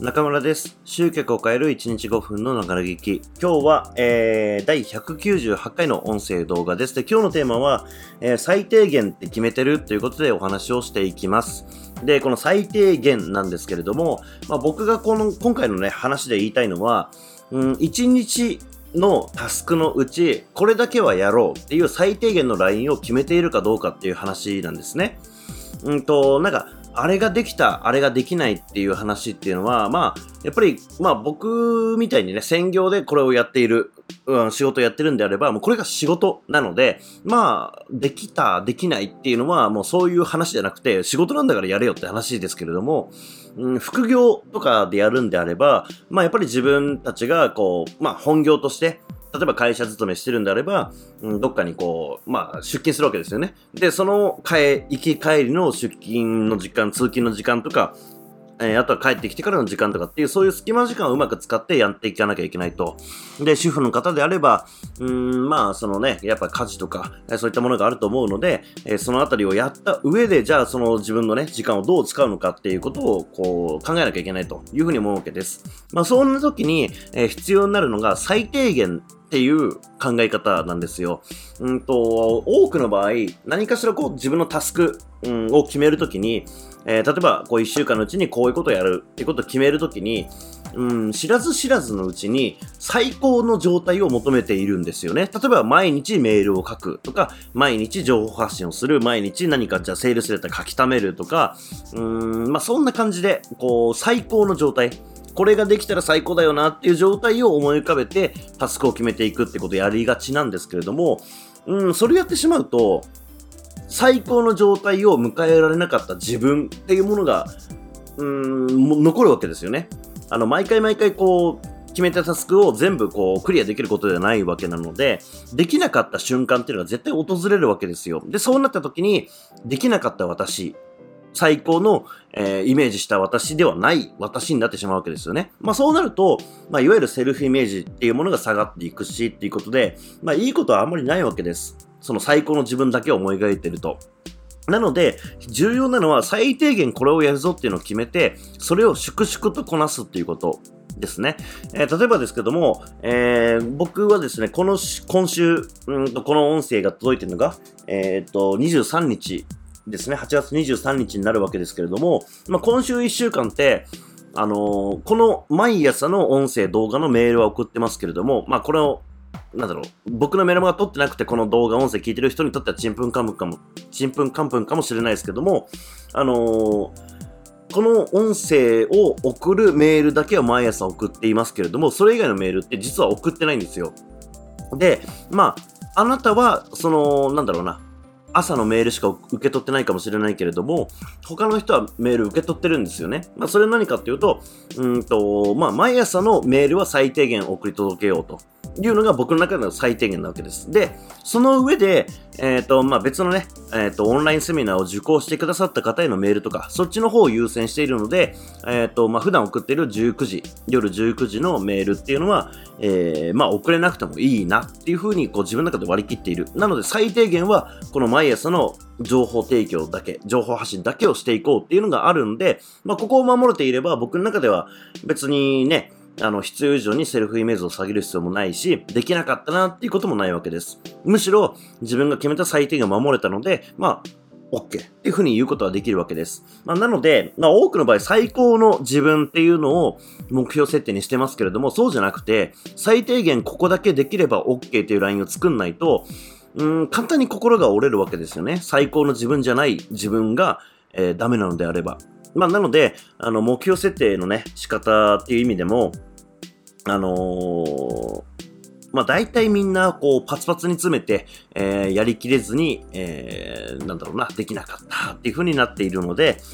中村です。集客を変える1日5分のながら聞き。今日は、第198回の音声動画です。で、今日のテーマは、最低限って決めてるということでお話をしていきます。で、この最低限なんですけれども、僕が今回のね、話で言いたいのは、1日のタスクのうち、これだけはやろうっていう最低限のラインを決めているかどうかっていう話なんですね。あれができた、あれができないっていう話っていうのは、やっぱり、僕みたいにね、専業でこれをやっている、仕事をやってるんであれば、もうこれが仕事なので、できた、できないっていうのは、もうそういう話じゃなくて、仕事なんだからやれよって話ですけれども、副業とかでやるんであれば、やっぱり自分たちが、本業として、例えば会社勤めしてるんであれば、どっかに出勤するわけですよね。で、その行き帰りの出勤の時間、通勤の時間とか、あとは帰ってきてからの時間とかっていう、そういう隙間時間をうまく使ってやっていかなきゃいけないと。で、主婦の方であれば、やっぱ家事とか、そういったものがあると思うので、そのあたりをやった上で、じゃあその自分のね、時間をどう使うのかっていうことを、考えなきゃいけないというふうに思うわけです。そんな時に、必要になるのが最低限っていう考え方なんですよ。多くの場合、何かしら自分のタスク、を決めるときに、例えば1週間のうちにこういうことをやるっていうことを決めるときに、知らず知らずのうちに最高の状態を求めているんですよね。例えば毎日メールを書くとか、毎日情報発信をする、毎日何かセールスレター書き溜めるとか、そんな感じで、最高の状態。これができたら最高だよなっていう状態を思い浮かべてタスクを決めていくってことをやりがちなんですけれども、それやってしまうと、最高の状態を迎えられなかった自分っていうものが、残るわけですよね。毎回決めたタスクを全部クリアできることではないわけなので、できなかった瞬間っていうのが絶対訪れるわけですよ。で、そうなった時に、できなかった私、最高の、イメージした私ではない私になってしまうわけですよね。そうなると、いわゆるセルフイメージっていうものが下がっていくしっていうことで、いいことはあんまりないわけです。その最高の自分だけを思い描いてると。なので、重要なのは最低限これをやるぞっていうのを決めて、それを粛々とこなすっていうことですね。例えばですけども、僕はですね、今週、この音声が届いてるのが、23日ですね、8月23日になるわけですけれども、今週1週間って、この毎朝の音声動画のメールは送ってますけれども、これを僕のメルマガ撮ってなくてこの動画音声聞いてる人にとってはちんぷんかんぷんかもしれないですけども、この音声を送るメールだけは毎朝送っていますけれども、それ以外のメールって実は送ってないんですよ。で、あなたは、朝のメールしか受け取ってないかもしれないけれども、他の人はメール受け取ってるんですよね。それは何かっていうと、毎朝のメールは最低限送り届けようというのが僕の中での最低限なわけです。で、その上で、別のね、オンラインセミナーを受講してくださった方へのメールとか、そっちの方を優先しているので、普段送っている夜19時のメールっていうのは、送れなくてもいいなっていう風に自分の中で割り切っている。なので最低限は、この毎朝の情報提供だけ、情報発信だけをしていこうっていうのがあるんで、ここを守れていれば僕の中では別にね、必要以上にセルフイメージを下げる必要もないし、できなかったなっていうこともないわけです。むしろ、自分が決めた最低限を守れたので、OK っていうふうに言うことはできるわけです。なので、多くの場合、最高の自分っていうのを目標設定にしてますけれども、そうじゃなくて、最低限ここだけできれば OK っていうラインを作んないと、簡単に心が折れるわけですよね。最高の自分じゃない自分が、ダメなのであれば。なので、目標設定のね、仕方っていう意味でも、大体みんな、パツパツに詰めて、やりきれずに、できなかったっていう風になっているので、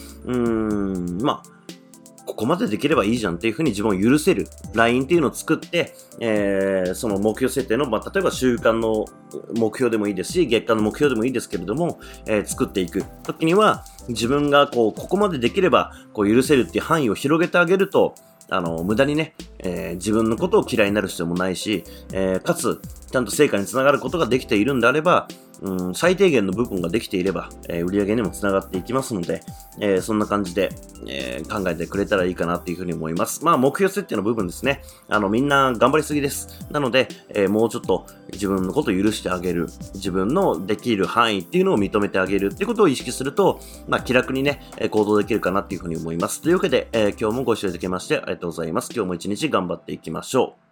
ここまでできればいいじゃんっていう風に自分を許せるラインっていうのを作って、その目標設定の、例えば週間の目標でもいいですし、月間の目標でもいいですけれども、作っていく時には、自分がここまでできれば、許せるっていう範囲を広げてあげると、無駄にね、自分のことを嫌いになる必要もないし、かつ、ちゃんと成果につながることができているんであれば、 最低限の部分ができていれば、売り上げにもつながっていきますので、そんな感じで、考えてくれたらいいかなっていうふうに思います。まあ、目標設定の部分ですね。みんな頑張りすぎです。なので、もうちょっと自分のことを許してあげる。自分のできる範囲っていうのを認めてあげるっていうことを意識すると、まあ、気楽にね、行動できるかなっていうふうに思います。というわけで、今日もご視聴いただきましてありがとうございます。今日も一日頑張っていきましょう。